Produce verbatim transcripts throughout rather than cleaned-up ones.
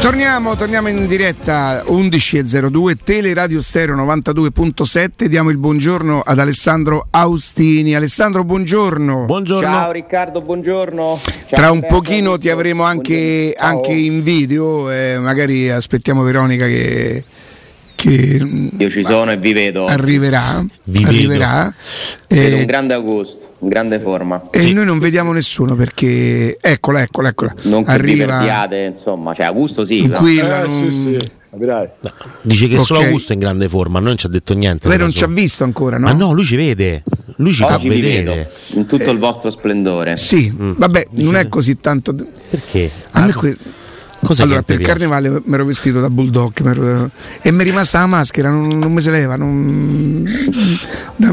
Torniamo, torniamo in diretta undici e zero due Teleradio Stereo novantadue virgola sette. Diamo il buongiorno ad Alessandro Austini. Alessandro, buongiorno. Buongiorno. Ciao Riccardo, buongiorno. Ciao, Tra un Andrea, pochino ti avremo anche, anche in video, eh, magari aspettiamo Veronica che, che io ci sono e vi vedo. Arriverà, Vi arriverà. Vedo Eh, un grande Augusto, in grande forma. e Sì. noi non vediamo nessuno perché eccola, eccola, eccola. Non che vi Arriva perdiate, insomma, cioè Augusto sì, però. tranquilla, Eh, non- sì, sì, capirai. Dice che Ok. solo Augusto è in grande forma, non ci ha detto niente. lei da non ci ha solo. visto ancora, no? Ma no, lui ci vede. Lui ci fa Oggi vi vedere. vedo in tutto il vostro splendore. Sì, vabbè, non è così tanto. Perché? A me que- Cos'è allora, che ti per piace? carnevale mi ero vestito da bulldog m'ero- e mi è rimasta la maschera, non, non mi si leva. Non... da-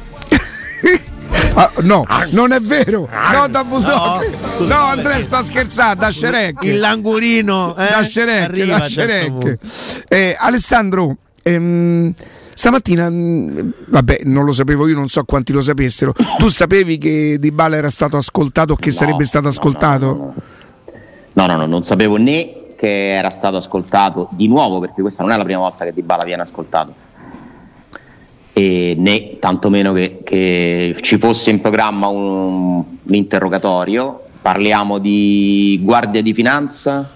Ah, no, non è vero, no, da bulldog. No, Andrea sta scherzando, da Shrek. Il langurino eh? Da Shrek, Arriva da a un certo Shrek. punto. Eh, Alessandro, ehm, stamattina, mh, vabbè, non lo sapevo io, non so quanti lo sapessero. Tu sapevi che Dybala era stato ascoltato o che No, sarebbe stato no, ascoltato? No, no, no, no, no, non sapevo né che era stato ascoltato di nuovo, perché questa non è la prima volta che Dybala viene ascoltato. E né tantomeno che, che ci fosse in programma un, un interrogatorio. Parliamo di Guardia di Finanza,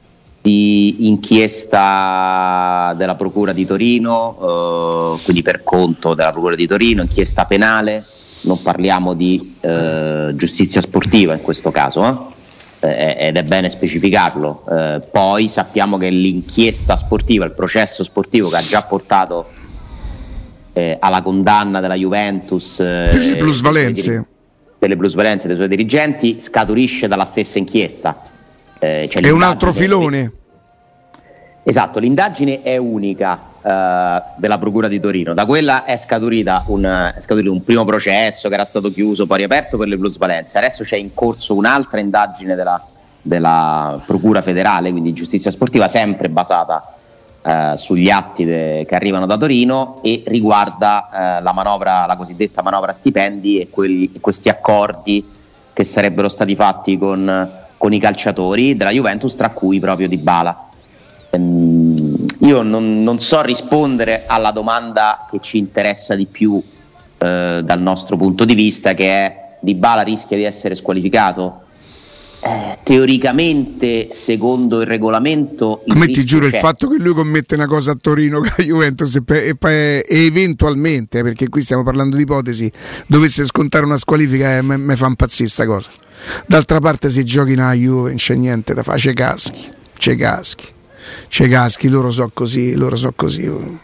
di inchiesta della Procura di Torino, eh, quindi per conto della Procura di Torino, inchiesta penale, non parliamo di eh, giustizia sportiva in questo caso, eh? Eh, ed è bene specificarlo. Eh, poi sappiamo che l'inchiesta sportiva, il processo sportivo che ha già portato Eh, alla condanna della Juventus eh, Per le plusvalenze. per le plusvalenze dei suoi dirigenti scaturisce dalla stessa inchiesta. Eh, cioè È un altro l'indagine- filone. Esatto, l'indagine è unica eh, della Procura di Torino. Da quella è scaturita un, è scaturito un primo processo che era stato chiuso, poi riaperto per le plusvalenze. Adesso c'è in corso un'altra indagine della, della Procura federale, quindi giustizia sportiva, sempre basata Eh, sugli atti de- che arrivano da Torino e riguarda eh, la manovra, la cosiddetta manovra stipendi e quelli, questi accordi che sarebbero stati fatti con, con i calciatori della Juventus, tra cui proprio Dybala. Ehm, io non, non so rispondere alla domanda che ci interessa di più eh, dal nostro punto di vista, che è: Dybala rischia di essere squalificato? Eh, teoricamente, secondo il regolamento, A me ti rischio giuro, il c'è. fatto che lui commette una cosa a Torino con la Juventus e, pe- e pe- e eventualmente, eh, perché qui stiamo parlando di ipotesi, dovesse scontare una squalifica, eh, mi fa impazzire sta cosa. D'altra parte, se giochi nella Juve non c'è niente da fare, c'è caschi, c'è caschi, c'è caschi, loro so così, loro so così.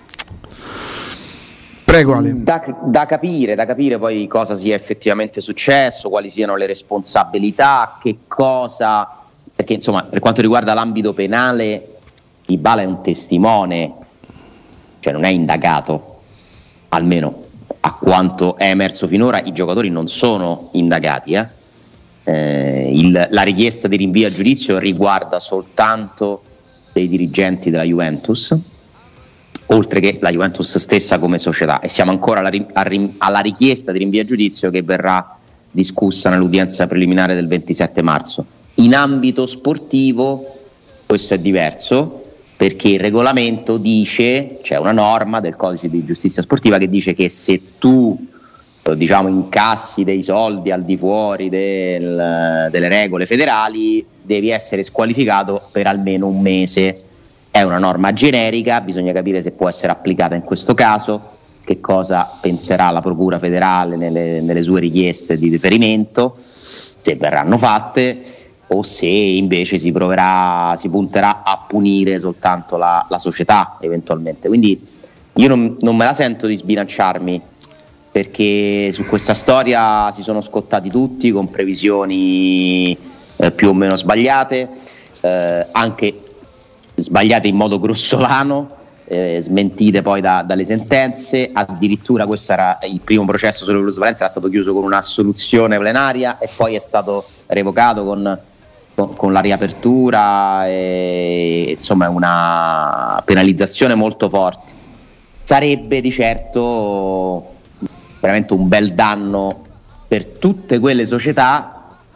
Prego Ale. Da, da capire, da capire poi cosa sia effettivamente successo, quali siano le responsabilità, che cosa, perché insomma per quanto riguarda l'ambito penale Dybala è un testimone, cioè non è indagato, almeno a quanto è emerso finora. I giocatori non sono indagati, eh? Eh, il, la richiesta di rinvio a giudizio riguarda soltanto dei dirigenti della Juventus, oltre che la Juventus stessa come società, e siamo ancora alla, ri- alla richiesta di rinvio a giudizio che verrà discussa nell'udienza preliminare del ventisette marzo. In ambito sportivo questo è diverso, perché il regolamento dice, c'è una norma del codice di giustizia sportiva che dice che se tu eh, diciamo incassi dei soldi al di fuori del, delle regole federali devi essere squalificato per almeno un mese. È una norma generica, bisogna capire se può essere applicata in questo caso, che cosa penserà la Procura federale nelle, nelle sue richieste di deferimento, se verranno fatte, o se invece si proverà, si punterà a punire soltanto la, la società eventualmente. Quindi io non, non me la sento di sbilanciarmi, perché su questa storia si sono scottati tutti con previsioni eh, più o meno sbagliate, eh, anche sbagliate in modo grossolano, eh, smentite poi da, dalle sentenze. Addirittura questo era il primo processo sulle plusvalenze, era stato chiuso con un'assoluzione plenaria e poi è stato revocato con, con, con la riapertura, e insomma è una penalizzazione molto forte. Sarebbe di certo veramente un bel danno per tutte quelle società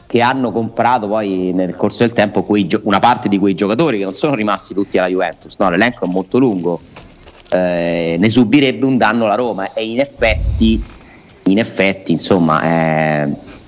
che hanno comprato poi nel corso del tempo quei gio- una parte di quei giocatori che non sono rimasti tutti alla Juventus, no, l'elenco è molto lungo, eh, ne subirebbe un danno la Roma e in effetti, in effetti insomma è,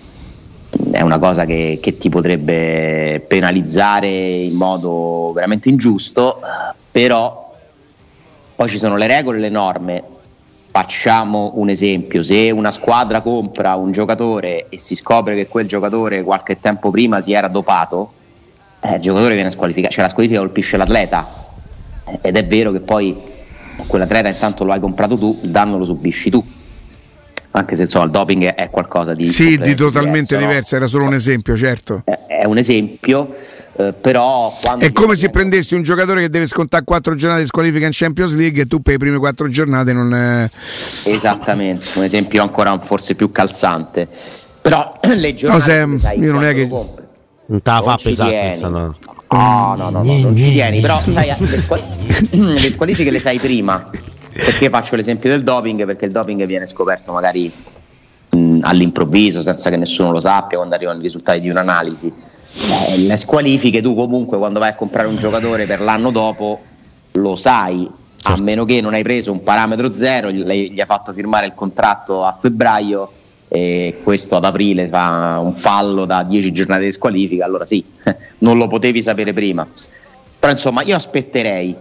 è una cosa che, che ti potrebbe penalizzare in modo veramente ingiusto, però poi ci sono le regole e le norme. Facciamo un esempio: se una squadra compra un giocatore e si scopre che quel giocatore qualche tempo prima si era dopato, eh, il giocatore viene squalificato, cioè la squalifica colpisce l'atleta, ed è vero che poi quell'atleta intanto lo hai comprato tu, il danno lo subisci tu, anche se insomma il doping è qualcosa di sì, di totalmente diverso, diverso, no? era solo un esempio, certo. È, è un esempio. Eh, però quando è come se prendessi un giocatore che deve scontare quattro giornate di squalifica in Champions League e tu per le prime quattro giornate non è... Esattamente, un esempio ancora forse più calzante, però le giornate no, sai, io non è che compri, non te la fa ci pesare tieni. questa, no. No, no, no, no, non ci tieni, però sai, le, squal- le squalifiche le sai prima. Perché faccio l'esempio del doping? Perché il doping viene scoperto magari mh, all'improvviso, senza che nessuno lo sappia, quando arrivano i risultati di un'analisi. Eh, le squalifiche tu comunque quando vai a comprare un giocatore per l'anno dopo lo sai, certo. A meno che non hai preso un parametro zero, gli, gli hai fatto firmare il contratto a febbraio e questo ad aprile fa un fallo da dieci giornate di squalifica, allora sì, non lo potevi sapere prima. Però insomma io aspetterei,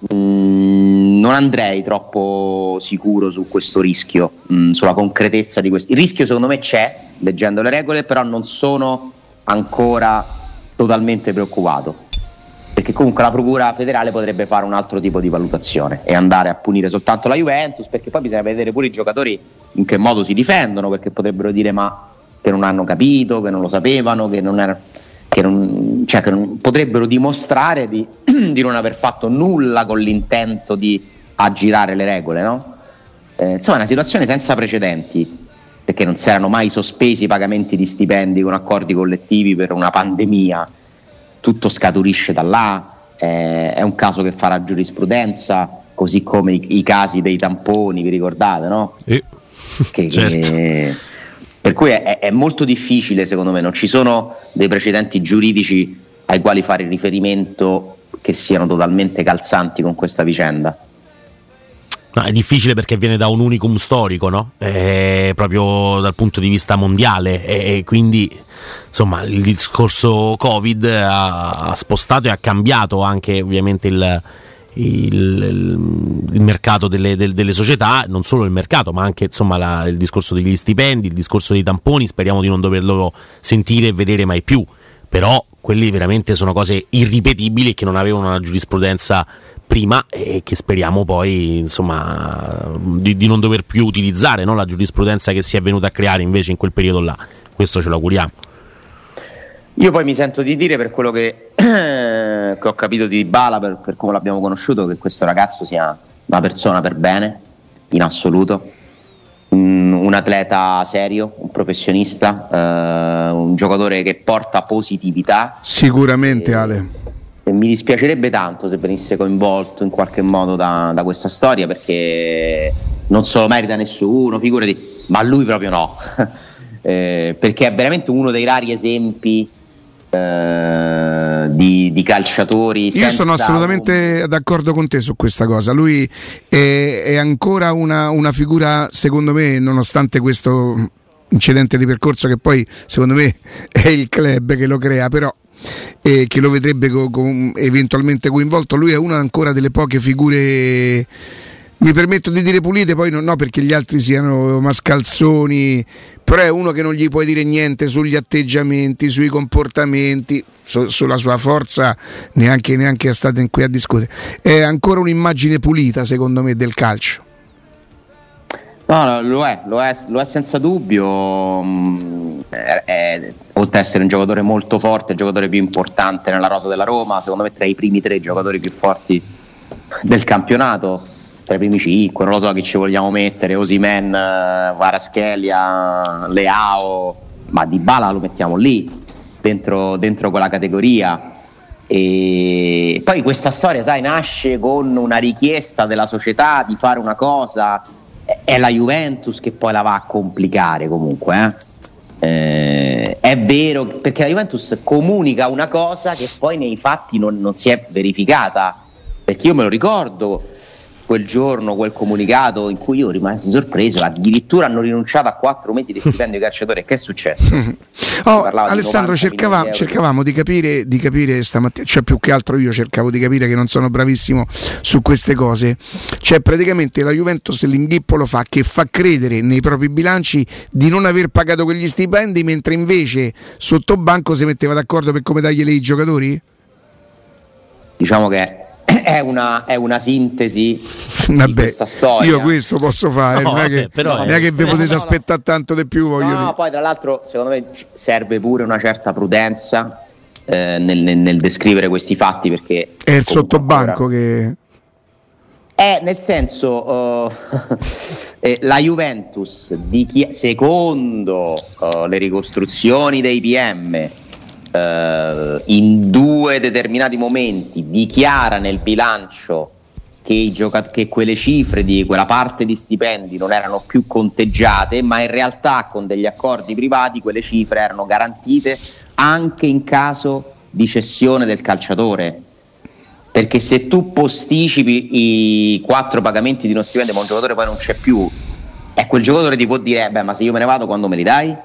mm, non andrei troppo sicuro su questo rischio, mm, sulla concretezza di questo. Il rischio secondo me c'è, leggendo le regole, però non sono ancora totalmente preoccupato, perché comunque la procura federale potrebbe fare un altro tipo di valutazione e andare a punire soltanto la Juventus, perché poi bisogna vedere pure i giocatori in che modo si difendono, perché potrebbero dire ma che non hanno capito, che non lo sapevano, che non era, che non, cioè che non, potrebbero dimostrare di, di non aver fatto nulla con l'intento di aggirare le regole, no? Eh, insomma è una situazione senza precedenti, perché non si erano mai sospesi i pagamenti di stipendi con accordi collettivi per una pandemia, tutto scaturisce da là, eh, è un caso che farà giurisprudenza, così come i, i casi dei tamponi, vi ricordate, no? Eh, che, certo. che, per cui è, è molto difficile, secondo me, non ci sono dei precedenti giuridici ai quali fare riferimento che siano totalmente calzanti con questa vicenda. No, è difficile perché viene da un unicum storico, no? Eh, proprio dal punto di vista mondiale, e, e quindi insomma il discorso Covid ha, ha spostato e ha cambiato anche ovviamente il, il, il, il mercato delle, del, delle società, non solo il mercato ma anche insomma la, il discorso degli stipendi, il discorso dei tamponi. Speriamo di non doverlo sentire e vedere mai più, però quelli veramente sono cose irripetibili che non avevano una giurisprudenza prima e che speriamo poi insomma di, di non dover più utilizzare, no? La giurisprudenza che si è venuta a creare invece in quel periodo là, questo ce lo auguriamo. Io poi mi sento di dire, per quello che, che ho capito di Dybala, per, per come l'abbiamo conosciuto, che questo ragazzo sia una persona per bene in assoluto, un, un atleta serio, un professionista, eh, un giocatore che porta positività sicuramente, e, Ale. E mi dispiacerebbe tanto se venisse coinvolto in qualche modo da, da questa storia, perché non se lo merita nessuno, figurati, ma lui proprio no, eh, perché è veramente uno dei rari esempi eh, di, di calciatori. Io sono assolutamente un... d'accordo con te su questa cosa. Lui è, è ancora una, una figura, secondo me, nonostante questo incidente di percorso che poi secondo me è il club che lo crea, però e che lo vedrebbe co- co- eventualmente coinvolto. Lui è una ancora delle poche figure, mi permetto di dire pulite, poi no, no perché gli altri siano mascalzoni, però è uno che non gli puoi dire niente sugli atteggiamenti, sui comportamenti, su- sulla sua forza neanche, neanche è stato in qui a discutere. È ancora un'immagine pulita secondo me del calcio. No, no, lo è, lo è, lo è senza dubbio. È, è, oltre ad essere un giocatore molto forte, il giocatore più importante nella rosa della Roma, secondo me tra i primi tre giocatori più forti del campionato, tra i primi cinque, non lo so chi ci vogliamo mettere, Osimhen, Kvaratskhelia, Leao, ma Dybala lo mettiamo lì, dentro, dentro quella categoria. E poi questa storia, sai, nasce con una richiesta della società di fare una cosa. È la Juventus che poi la va a complicare comunque, eh? Eh, è vero, perché la Juventus comunica una cosa che poi nei fatti non, non si è verificata, perché io me lo ricordo quel giorno, quel comunicato in cui io rimasi sorpreso, addirittura hanno rinunciato a quattro mesi di stipendio di calciatore. Che è successo? Oh, Alessandro, cercavamo, cercavamo di capire, di capire stamattina, cioè più che altro io cercavo di capire, che non sono bravissimo su queste cose. Cioè praticamente la Juventus l'inghippo lo fa, che fa credere nei propri bilanci di non aver pagato quegli stipendi, mentre invece sotto banco si metteva d'accordo per come darglieli ai giocatori? Diciamo che È una, è una sintesi Vabbè, di questa storia. Io questo posso fare, no, non è che, però non è che vi no, potete no, aspettare no. tanto di più. Voglio no, dire. Poi tra l'altro secondo me serve pure una certa prudenza eh, nel, nel, nel descrivere questi fatti, perché è il sottobanco che è, nel senso uh, eh, la Juventus di chi, secondo uh, le ricostruzioni dei P M, Uh, in due determinati momenti dichiara nel bilancio che, i giocat- che quelle cifre di quella parte di stipendi non erano più conteggiate, ma in realtà con degli accordi privati quelle cifre erano garantite anche in caso di cessione del calciatore, perché se tu posticipi i quattro pagamenti di uno stipendio ma un giocatore poi non c'è più, e quel giocatore ti può dire eh beh, ma se io me ne vado quando me li dai?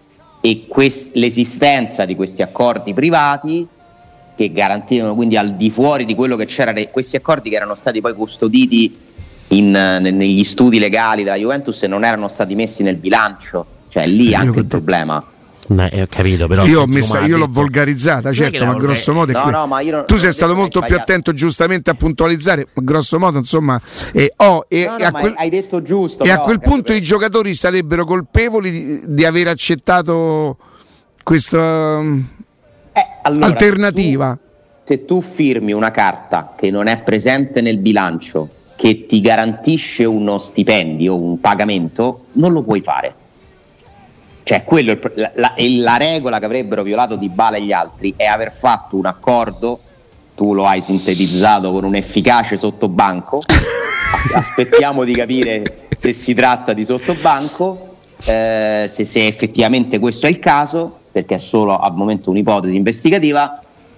E quest- l'esistenza di questi accordi privati che garantivano quindi al di fuori di quello che c'era, questi accordi che erano stati poi custoditi in, negli studi legali della Juventus e non erano stati messi nel bilancio, cioè lì anche il problema. No, ho capito, però io, ho messa, io l'ho volgarizzata, certo, ma grosso modo è no, que- no, ma io non, tu sei non stato molto più attento giustamente a puntualizzare, ma grosso modo insomma eh, oh, e, no, e no, a quel, hai detto giusto, e però, a quel punto per... i giocatori sarebbero colpevoli di, di aver accettato questa eh, allora, alternativa. Tu, se tu firmi una carta che non è presente nel bilancio, che ti garantisce uno stipendio, un pagamento, non lo puoi fare. Cioè quello è il, la, la regola che avrebbero violato Dybala e gli altri è aver fatto un accordo, tu lo hai sintetizzato con un efficace sottobanco. Aspettiamo di capire se si tratta di sottobanco, eh, se, se effettivamente questo è il caso, perché è solo al momento un'ipotesi investigativa.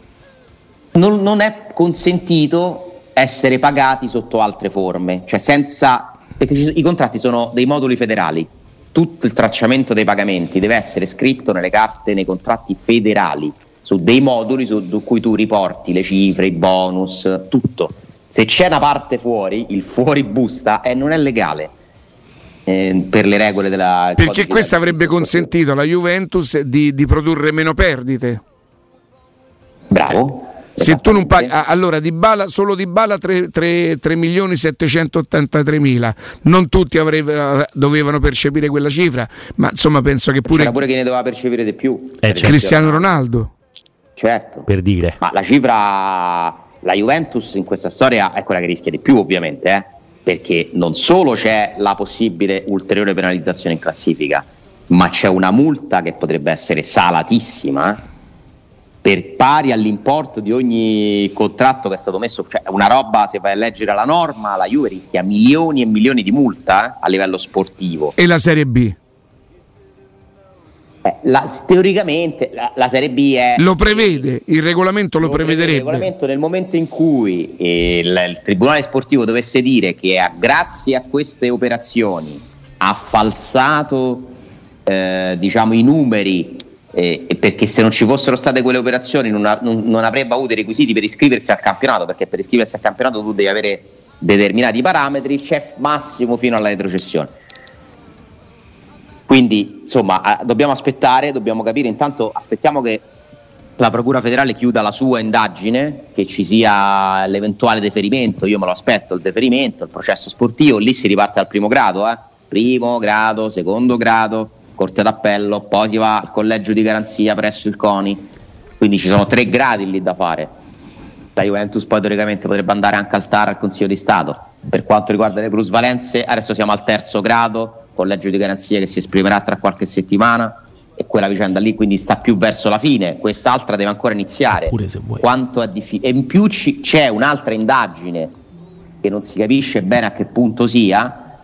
Non, non è consentito essere pagati sotto altre forme, cioè senza, perché ci, i contratti sono dei moduli federali. Tutto il tracciamento dei pagamenti deve essere scritto nelle carte, nei contratti federali, su dei moduli su, su cui tu riporti le cifre, i bonus, tutto. Se c'è una parte fuori, il fuori busta, eh, non è legale eh, per le regole della... Perché questo avrebbe consentito alla Juventus di, di produrre meno perdite. Bravo. Se tu non paghi, allora Dybala, solo Dybala tre milioni settecentottantatré mila, non tutti avrebbero, dovevano percepire quella cifra, ma insomma penso che pure c'era pure chi ne doveva percepire di più, eh, certo. Cristiano Ronaldo, certo, per dire, ma la cifra, la Juventus in questa storia è quella che rischia di più ovviamente, eh? Perché non solo c'è la possibile ulteriore penalizzazione in classifica, ma c'è una multa che potrebbe essere salatissima, eh? Per pari all'importo di ogni contratto che è stato messo, cioè una roba, se vai a leggere la norma, la Juve rischia milioni e milioni di multa eh, a livello sportivo. E la Serie B? Eh, la, teoricamente la, la Serie B è... Lo prevede, il regolamento lo, lo prevederebbe. Il regolamento nel momento in cui eh, il, il Tribunale Sportivo dovesse dire che a, grazie a queste operazioni ha falsato eh, diciamo i numeri, Eh, perché se non ci fossero state quelle operazioni non, ha, non, non avrebbe avuto i requisiti per iscriversi al campionato, perché per iscriversi al campionato tu devi avere determinati parametri, c'è massimo fino alla retrocessione. Quindi insomma eh, dobbiamo aspettare, dobbiamo capire, intanto aspettiamo che la Procura Federale chiuda la sua indagine, che ci sia l'eventuale deferimento, io me lo aspetto il deferimento, il processo sportivo, lì si riparte dal primo grado, eh? primo grado, secondo grado, Corte d'Appello, poi si va al collegio di garanzia presso il CONI, quindi ci sono tre gradi lì da fare. La Juventus poi teoricamente potrebbe andare anche al T A R, al Consiglio di Stato. Per quanto riguarda le plusvalenze, adesso siamo al terzo grado, collegio di garanzia che si esprimerà tra qualche settimana, e quella vicenda lì quindi sta più verso la fine, quest'altra deve ancora iniziare. Pure se vuoi. Quanto è difficile. E in più ci, c'è un'altra indagine che non si capisce bene a che punto sia,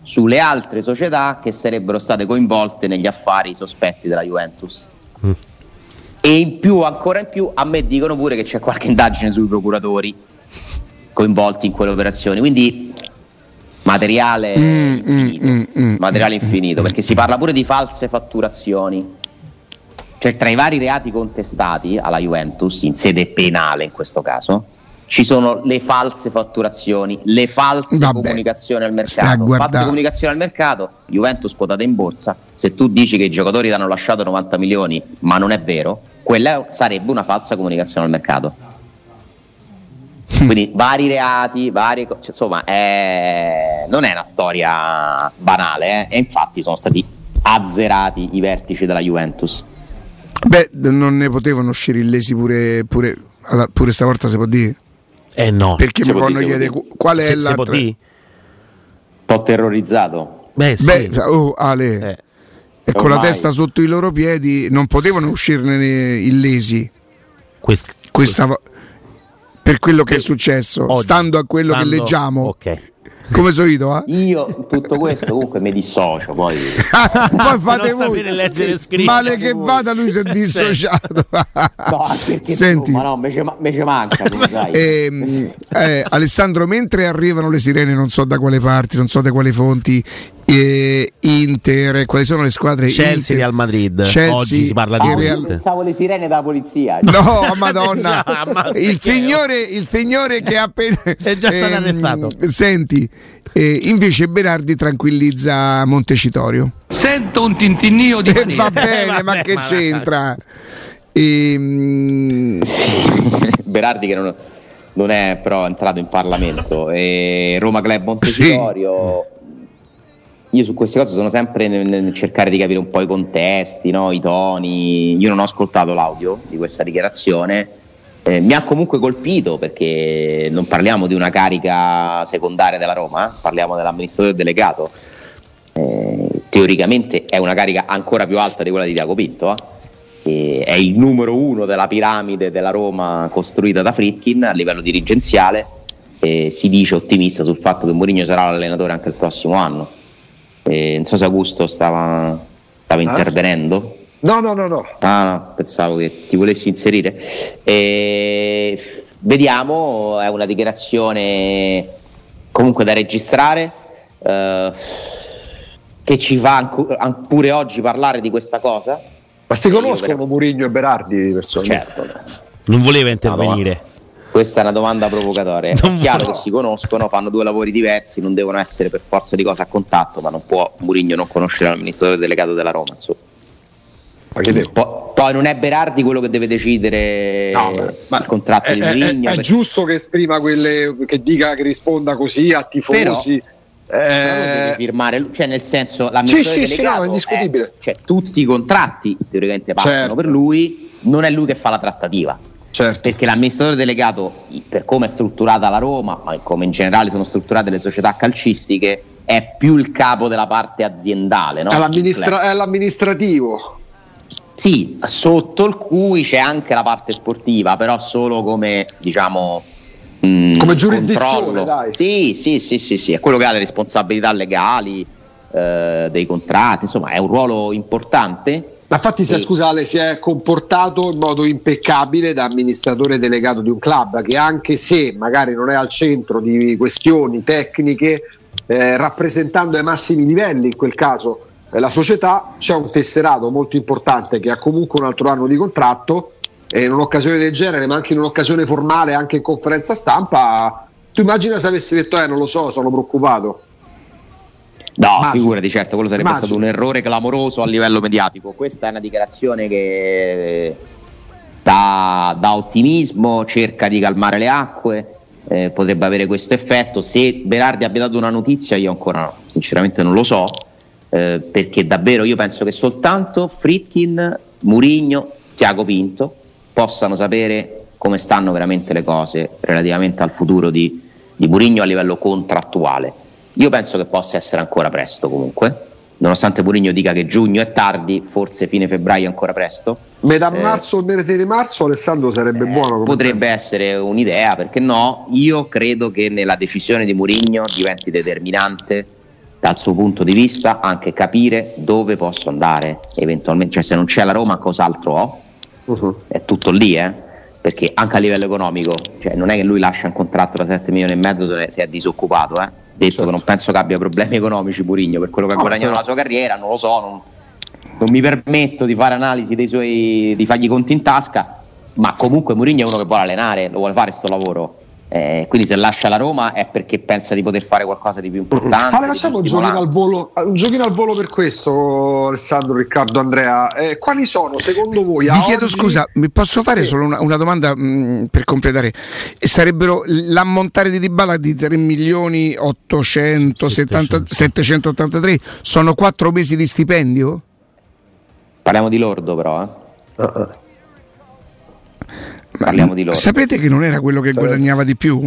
sulle altre società che sarebbero state coinvolte negli affari sospetti della Juventus. Mm. E in più, ancora in più, a me dicono pure che c'è qualche indagine sui procuratori coinvolti in quelle operazioni, quindi materiale mm, infinito, mm, mm, materiale infinito, perché si parla pure di false fatturazioni. Cioè, tra i vari reati contestati alla Juventus, in sede penale in questo caso, ci sono le false fatturazioni, le false Vabbè, comunicazioni al mercato. False comunicazioni al mercato, Juventus quotata in borsa. Se tu dici che i giocatori ti hanno lasciato novanta milioni, ma non è vero, quella sarebbe una falsa comunicazione al mercato. Quindi vari reati, vari, cioè, insomma, è, non è una storia banale, eh? E infatti sono stati azzerati i vertici della Juventus. Beh, non ne potevano uscire illesi pure, pure, pure stavolta, si può dire? Eh no. Perché mi possono chiedere qual è la. Un po' terrorizzato. Beh, sì. Beh, oh Ale, eh. E con Ormai. la testa sotto i loro piedi non potevano uscirne illesi. Quest, Questa quest... per quello che è successo, oggi, stando a quello stando... che leggiamo. Ok. Come solito, eh? Io tutto questo comunque mi dissocio, poi poi fate voi, leggere e male che vada, lui si è dissociato. No, senti, tu, ma no, me ce, me ce manca, sai. Eh, eh, Alessandro, mentre arrivano le sirene, non so da quale parti, non so da quali fonti, eh, Inter, quali sono le squadre? Chelsea, Inter, Real Madrid. Chelsea, oggi si parla di ah, Real... pensavo le sirene della polizia. No, Madonna, il signore, il signore che ha appena è già stato ehm, arrestato. Senti, eh, invece Berardi tranquillizza Montecitorio. Sento un tintinnio di eh, va bene, eh, ma che ma c'entra? Ehm... Berardi che non, non è però entrato in Parlamento, e Roma Club Montecitorio. Sì. Io su queste cose sono sempre nel, nel cercare di capire un po' i contesti, no? I toni. Io non ho ascoltato l'audio di questa dichiarazione. Eh, mi ha comunque colpito, perché non parliamo di una carica secondaria della Roma, eh? Parliamo dell'amministratore delegato. Eh, teoricamente è una carica ancora più alta di quella di Tiago Pinto. Eh? È il numero uno della piramide della Roma costruita da Friedkin a livello dirigenziale. Eh, si dice ottimista sul fatto che Mourinho sarà l'allenatore anche il prossimo anno. Eh, non so se Augusto stava, stava intervenendo. No, no, no, no. Ah, no, pensavo che ti volessi inserire. Eh, vediamo, è una dichiarazione comunque da registrare, eh, che ci fa anc- pure oggi parlare di questa cosa. Ma si conoscono per... Mourinho e Berardi personalmente? Certo. Non voleva intervenire. Questa è una domanda provocatoria. È chiaro che si conoscono, fanno due lavori diversi, non devono essere per forza di cosa a contatto, ma non può Mourinho non conoscere l'amministratore delegato della Roma, insomma. Ma che poi, poi non è Berardi quello che deve decidere no, ma il contratto è, di Mourinho. È, è, è giusto che esprima quelle, che dica, che risponda così a tifosi. Però, eh... deve firmare, cioè nel senso l'amministratore sì, sì, delegato sì, no, è indiscutibile. È, cioè tutti i contratti teoricamente passano certo. per lui, non è lui che fa la trattativa. Certo. Perché l'amministratore delegato, per come è strutturata la Roma, ma come in generale sono strutturate le società calcistiche, è più il capo della parte aziendale, no? È, l'amministra- è l'amministrativo. Sì, sotto il cui c'è anche la parte sportiva, però solo come, diciamo, mh, come giurisdizione, dai. Sì, sì, sì, sì, sì, è quello che ha le responsabilità legali, eh, dei contratti, insomma, è un ruolo importante. Ma infatti, se, scusa Ale, si è comportato in modo impeccabile da amministratore delegato di un club che, anche se magari non è al centro di questioni tecniche, eh, rappresentando ai massimi livelli in quel caso eh, la società, c'è un tesserato molto importante che ha comunque un altro anno di contratto, e in un'occasione del genere, ma anche in un'occasione formale, anche in conferenza stampa, tu immagina se avessi detto eh non lo so, sono preoccupato. No, Immagino. figurati, certo, quello sarebbe Immagino. stato un errore clamoroso a livello mediatico. Questa è una dichiarazione che dà, dà ottimismo, cerca di calmare le acque, eh, potrebbe avere questo effetto. Se Berardi abbia dato una notizia, io ancora no, sinceramente non lo so, eh, perché davvero io penso che soltanto Friedkin, Mourinho, Tiago Pinto possano sapere come stanno veramente le cose relativamente al futuro di, di Mourinho a livello contrattuale. Io penso che possa essere ancora presto comunque, nonostante Mourinho dica che giugno è tardi, forse fine febbraio è ancora presto. Metà eh, marzo o mese di marzo, Alessandro, sarebbe eh, buono. Potrebbe essere un'idea, perché no? Io credo che nella decisione di Mourinho diventi determinante dal suo punto di vista anche capire dove posso andare eventualmente, cioè se non c'è la Roma cos'altro ho? Uh-huh. È tutto lì, eh? Perché anche a livello economico, cioè non è che lui lascia un contratto da sette milioni e mezzo se è disoccupato, eh? Detto certo. Che non penso che abbia problemi economici Mourinho per quello che ha no, guadagnato nella sua carriera, non lo so, non, non mi permetto di fare analisi dei suoi, di fargli conti in tasca, ma comunque Mourinho è uno che vuole allenare, lo vuole fare sto lavoro. Eh, quindi se lascia la Roma è perché pensa di poter fare qualcosa di più importante. Ma facciamo un giochino al volo, un giochino al volo per questo, Alessandro, Riccardo, Andrea. Eh, quali sono secondo voi? Vi chiedo oggi... scusa, mi posso fare sì. solo una, una domanda mh, per completare? Sarebbero l'ammontare di Dybala di tre milioni ottocentosettantatré sono quattro mesi di stipendio? Parliamo di lordo, però. Eh. Uh-uh. Parliamo di loro. Sapete che non era quello che guadagnava di più?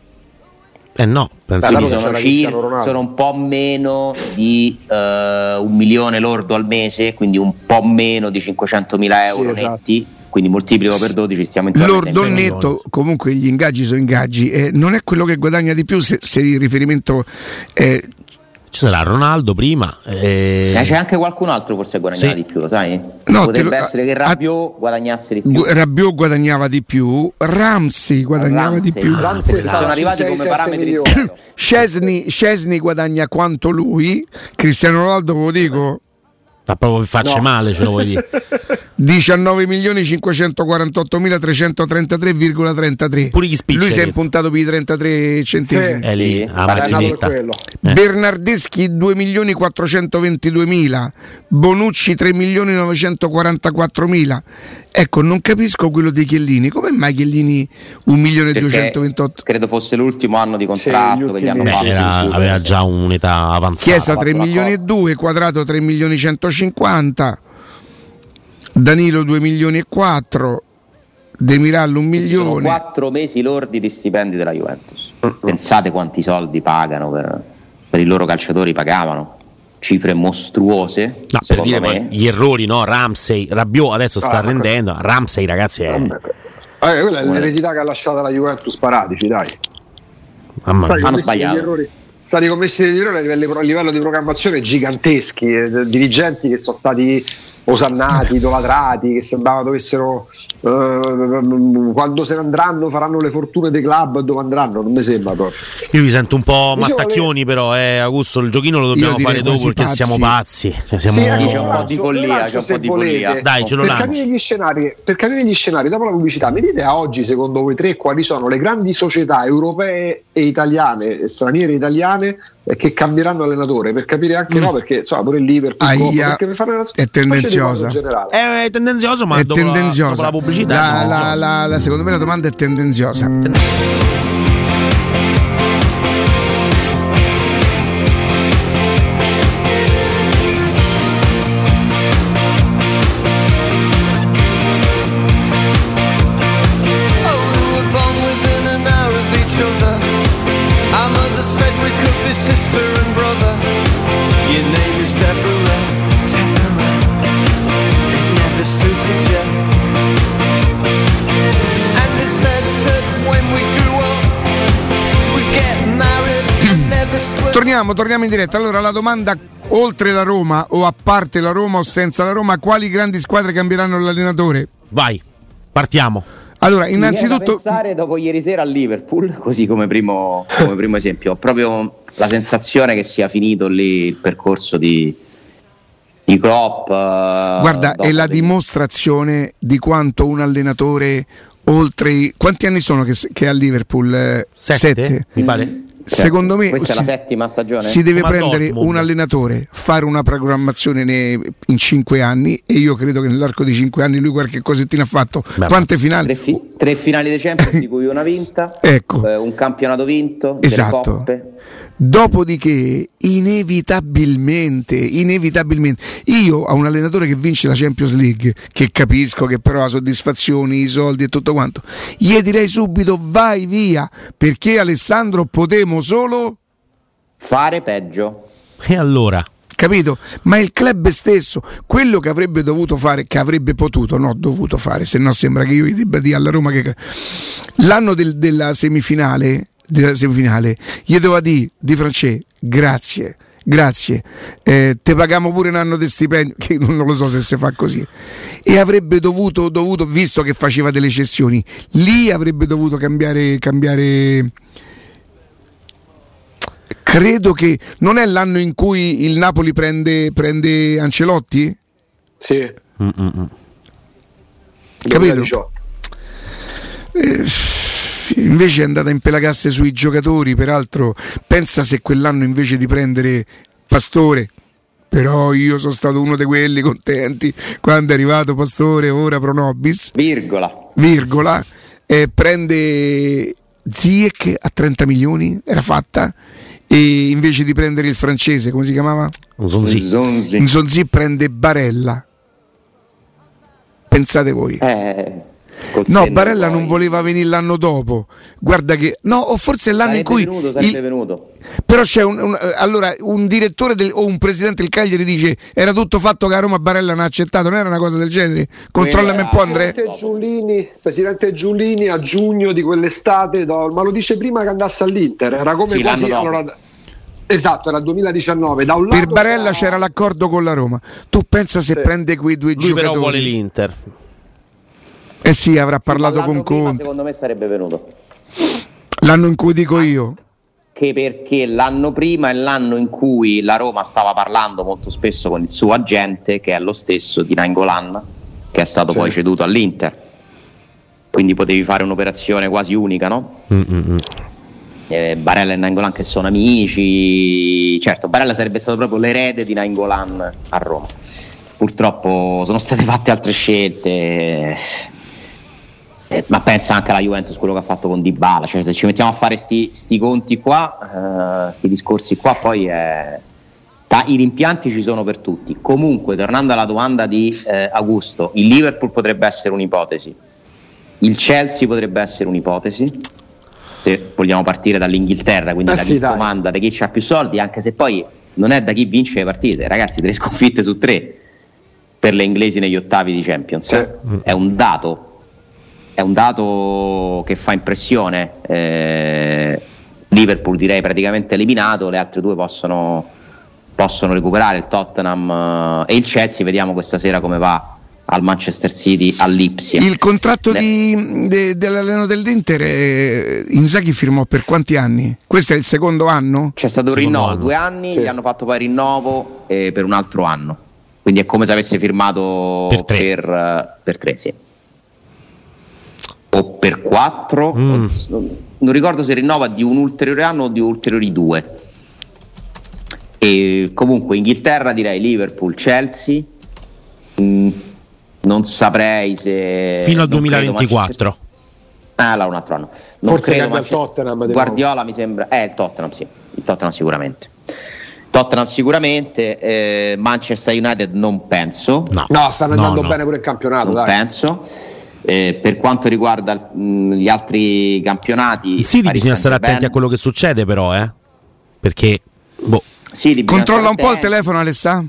Eh no, penso sono, sono, sono un po' meno di uh, un milione lordo al mese, quindi un po' meno di cinquecentomila euro sì, netti, esatto. Quindi moltiplico per dodici, stiamo intorno lordo netto, comunque gli ingaggi sono ingaggi, eh, non è quello che guadagna di più se, se il riferimento è... Ci sarà Ronaldo prima e... eh, c'è anche qualcun altro forse guadagnava sì. di più, sai? No, potrebbe lo... essere che Rabiot a... guadagnasse di più. Rabiot guadagnava di più, Ramsey guadagnava Ramsey. di più. Ramsey sono arrivati come parametri. Szczesny, Szczesny guadagna quanto lui, Cristiano Ronaldo ve lo dico. Sta proprio faccia no. male, ce lo vuoi dire. diciannove milioni cinquecentoquarantottomila trecentotrentatré virgola trentatré. Pure gli spicci. Lui si è impuntato per i trentatré centesimi. Sì. È lì, a macchinetta. Eh. Bernardeschi due milioni quattrocentoventiduemila, Bonucci tre milioni novecentoquarantaquattromila. Ecco, non capisco quello dei Chiellini. Come mai Chiellini un milione e duecentoventotto? Credo fosse l'ultimo anno di contratto sì, che gli hanno fatto. Era, aveva già un'età avanzata. Chiesa tre milioni e due, Quadrato tre milioni centocinquanta, Danilo due milioni e quattro, De Mirallo un milione. Sono quattro mesi lordi di stipendi della Juventus. Pensate quanti soldi pagano per, per i loro calciatori, pagavano cifre mostruose. No, per dire me. Gli errori, no? Ramsey, Rabiot adesso ah, sta rendendo. Ramsey, ragazzi, è. Eh, quella è l'eredità che ha lasciato la Juventus, paratici, dai. Mamma mia. Hanno sbagliato. Stati commessi degli errori a livello, a livello di programmazione giganteschi, eh, dirigenti che sono stati osannati, idolatrati, che sembrava dovessero eh, quando se ne andranno faranno le fortune dei club, dove andranno non mi sembra proprio. Io mi sento un po' mi mattacchioni però eh, Augusto, il giochino lo dobbiamo fare dopo perché pazzi. siamo pazzi, cioè, siamo... Sì, c'è un po' di follia, c'è un po' di follia. Dai, ce lo per capire gli scenari, per capire gli scenari dopo la pubblicità, mi dite a oggi secondo voi tre quali sono le grandi società europee e italiane, straniere e italiane che cambieranno allenatore, per capire anche mm. no, perché insomma pure il Liverpool Aia, per fare una è tendenziosa è, è tendenzioso ma è dopo, tendenziosa. La, dopo la pubblicità la, la, la, la, secondo me la domanda è tendenziosa. Ten- Torniamo, torniamo in diretta. Allora la domanda, oltre la Roma o a parte la Roma o senza la Roma, quali grandi squadre cambieranno l'allenatore? Vai, partiamo. Allora, innanzitutto pensare dopo ieri sera al Liverpool, così come primo, come primo esempio, ho proprio la sensazione che sia finito lì il percorso di, di Klopp. Guarda, è la dei... dimostrazione di quanto un allenatore oltre i... quanti anni sono che, che è al Liverpool? Sette, Sette? Mi pare. Secondo me questa si, è la settima stagione. Si deve Come prendere un allenatore, fare una programmazione in cinque anni, e io credo che nell'arco di cinque anni lui qualche cosettina ha fatto. Beh, quante finali? Tre, fi- tre finali dei Champions di cui una vinta, ecco. eh, un campionato vinto, esatto. delle coppe. Dopodiché inevitabilmente inevitabilmente io a un allenatore che vince la Champions League, che capisco che però ha soddisfazioni, i soldi e tutto quanto, gli direi subito vai via, perché Alessandro potremo solo fare peggio. E allora? Capito? Ma il club stesso, quello che avrebbe dovuto fare, che avrebbe potuto, no dovuto fare, se no sembra che io gli debba dire alla Roma che l'anno del, della semifinale della semifinale gli devo dire di Francesco grazie grazie, eh, te paghiamo pure un anno di stipendio, che non lo so se si fa così, e avrebbe dovuto, dovuto visto che faceva delle cessioni, lì avrebbe dovuto cambiare, cambiare. Credo che non è l'anno in cui il Napoli prende, prende Ancelotti? Sì. Mm-mm. Capito? Eh, invece è andata a impelagasse sui giocatori, peraltro pensa se quell'anno invece di prendere Pastore, però io sono stato uno di quelli contenti quando è arrivato Pastore, ora pro nobis, virgola, virgola eh, prende Ziyech a trenta milioni, era fatta, e invece di prendere il francese, come si chiamava? Nzonzi. Nzonzi prende Barella. Pensate voi. Eh, no, Barella poi non voleva venire l'anno dopo. Guarda che no, o forse è l'anno sarebbe in cui venuto, sarebbe il, venuto. Però c'è un, un allora un direttore del, o un presidente del Cagliari dice era tutto fatto che a Roma Barella non ha accettato, non era una cosa del genere? Controllami un po', Andrea. Presidente Giulini, presidente Giulini a giugno di quell'estate, no, ma lo dice prima che andasse all'Inter, era come sì, quasi allora, esatto, era il duemiladiciannove. Da un lato per Barella sarà... c'era l'accordo con la Roma. Tu pensa se sì. prende quei due Lui giocatori? Però vuole l'Inter. Eh sì, avrà parlato sì, con Conte. Secondo me sarebbe venuto. L'anno in cui dico io. Che perché l'anno prima è l'anno in cui la Roma stava parlando molto spesso con il suo agente, che è lo stesso di Nainggolan, che è stato sì. poi ceduto all'Inter. Quindi potevi fare un'operazione quasi unica, no? Eh, Barella e Nainggolan che sono amici. Certo, Barella sarebbe stato proprio l'erede di Nainggolan a Roma. Purtroppo sono state fatte altre scelte. Eh, ma pensa anche alla Juventus quello che ha fatto con Dybala, cioè se ci mettiamo a fare sti, sti conti qua, uh, sti discorsi qua, poi è... Ta- i rimpianti ci sono per tutti. Comunque, tornando alla domanda di eh, Augusto, il Liverpool potrebbe essere un'ipotesi, il Chelsea potrebbe essere un'ipotesi, se vogliamo partire dall'Inghilterra, quindi eh da chi sì, comanda, da chi ha più soldi, anche se poi non è da chi vince le partite, ragazzi, tre sconfitte su tre per le inglesi negli ottavi di Champions, sì. È un dato. È un dato che fa impressione. eh, Liverpool direi praticamente eliminato, le altre due possono, possono recuperare, il Tottenham eh, e il Chelsea. Vediamo questa sera come va al Manchester City all'Ipsia. Il contratto le... di, de, dell'allenatore dell'Inter eh, Inzaghi firmò per quanti anni? Questo è il secondo anno? C'è stato un rinnovo, anno. due anni, sì. Gli hanno fatto poi rinnovo eh, per un altro anno, quindi è come se avesse firmato per tre, per, uh, per tre sì. O per quattro, mm. o, non ricordo se rinnova di un ulteriore anno o di ulteriori due. E comunque Inghilterra direi Liverpool, Chelsea, mm, non saprei se fino al duemilaventiquattro. Ah, là un altro anno. Non forse credo, cambia il Tottenham. Guardiola mi sembra, eh il Tottenham sì, il Tottenham sicuramente. Tottenham sicuramente, eh, Manchester United non penso. No, no stanno andando no, no. bene pure il campionato. Non dai. penso. Eh, per quanto riguarda mh, gli altri campionati, sì, bisogna stare attenti a quello che succede, però, eh? Perché boh. Sì, controlla un po' il telefono, Alessà.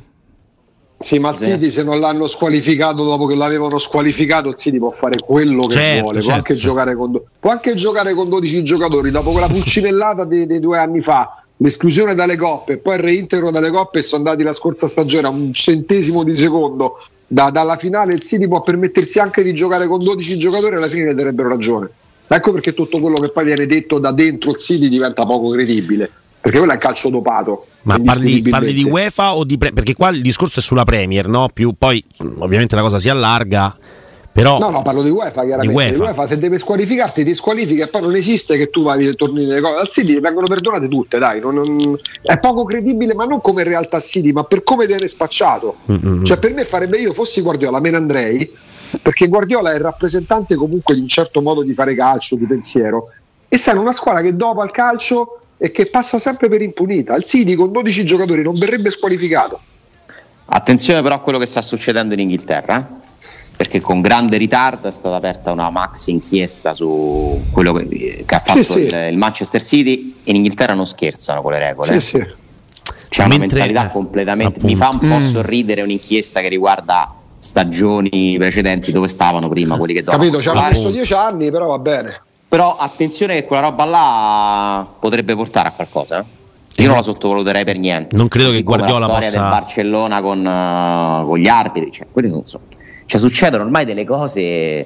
Sì, ma il City se non l'hanno squalificato dopo che l'avevano squalificato, il City può fare quello che certo, vuole, può, certo. anche giocare con do- può anche giocare con dodici giocatori. Dopo quella pulcinellata dei, dei due anni fa, l'esclusione dalle coppe e poi il reintegro dalle coppe, e sono andati la scorsa stagione a un centesimo di secondo da, dalla finale. Il City può permettersi anche di giocare con dodici giocatori e alla fine ne darebbero ragione. Ecco perché tutto quello che poi viene detto da dentro il City diventa poco credibile, perché quello è calcio dopato. Ma parli, parli di UEFA o di pre- perché qua il discorso è sulla Premier, no? Più poi ovviamente la cosa si allarga, però no no parlo di UEFA chiaramente. Di UEFA. Di UEFA, se deve squalificarti ti squalifica e poi non esiste che tu vai e torni nelle cose. Al City vengono perdonate tutte, dai, non, non, è poco credibile, ma non come in realtà City, ma per come viene spacciato. Mm-hmm. Cioè per me farebbe, io fossi Guardiola me ne andrei, perché Guardiola è il rappresentante comunque di un certo modo di fare calcio, di pensiero, e sta in una squadra che dopo al calcio e che passa sempre per impunita. Il City con dodici giocatori non verrebbe squalificato. Attenzione però a quello che sta succedendo in Inghilterra, eh? Perché con grande ritardo è stata aperta una maxi inchiesta su quello che, che ha fatto sì, il, sì. il Manchester City. In Inghilterra non scherzano con le regole. Sì, sì. C'è una Mentre, mentalità completamente. appunto. Mi fa un po' Mm. sorridere un'inchiesta che riguarda stagioni precedenti dove stavano prima quelli che dovevano. Capito, ci hanno messo dieci anni, però va bene. Però attenzione che quella roba là potrebbe portare a qualcosa, eh? Io non la sottovaluterei per niente. Non credo che Guardiola la storia possa... del Barcellona con, uh, con gli arbitri, cioè, quelli non so. Cioè, succedono ormai delle cose.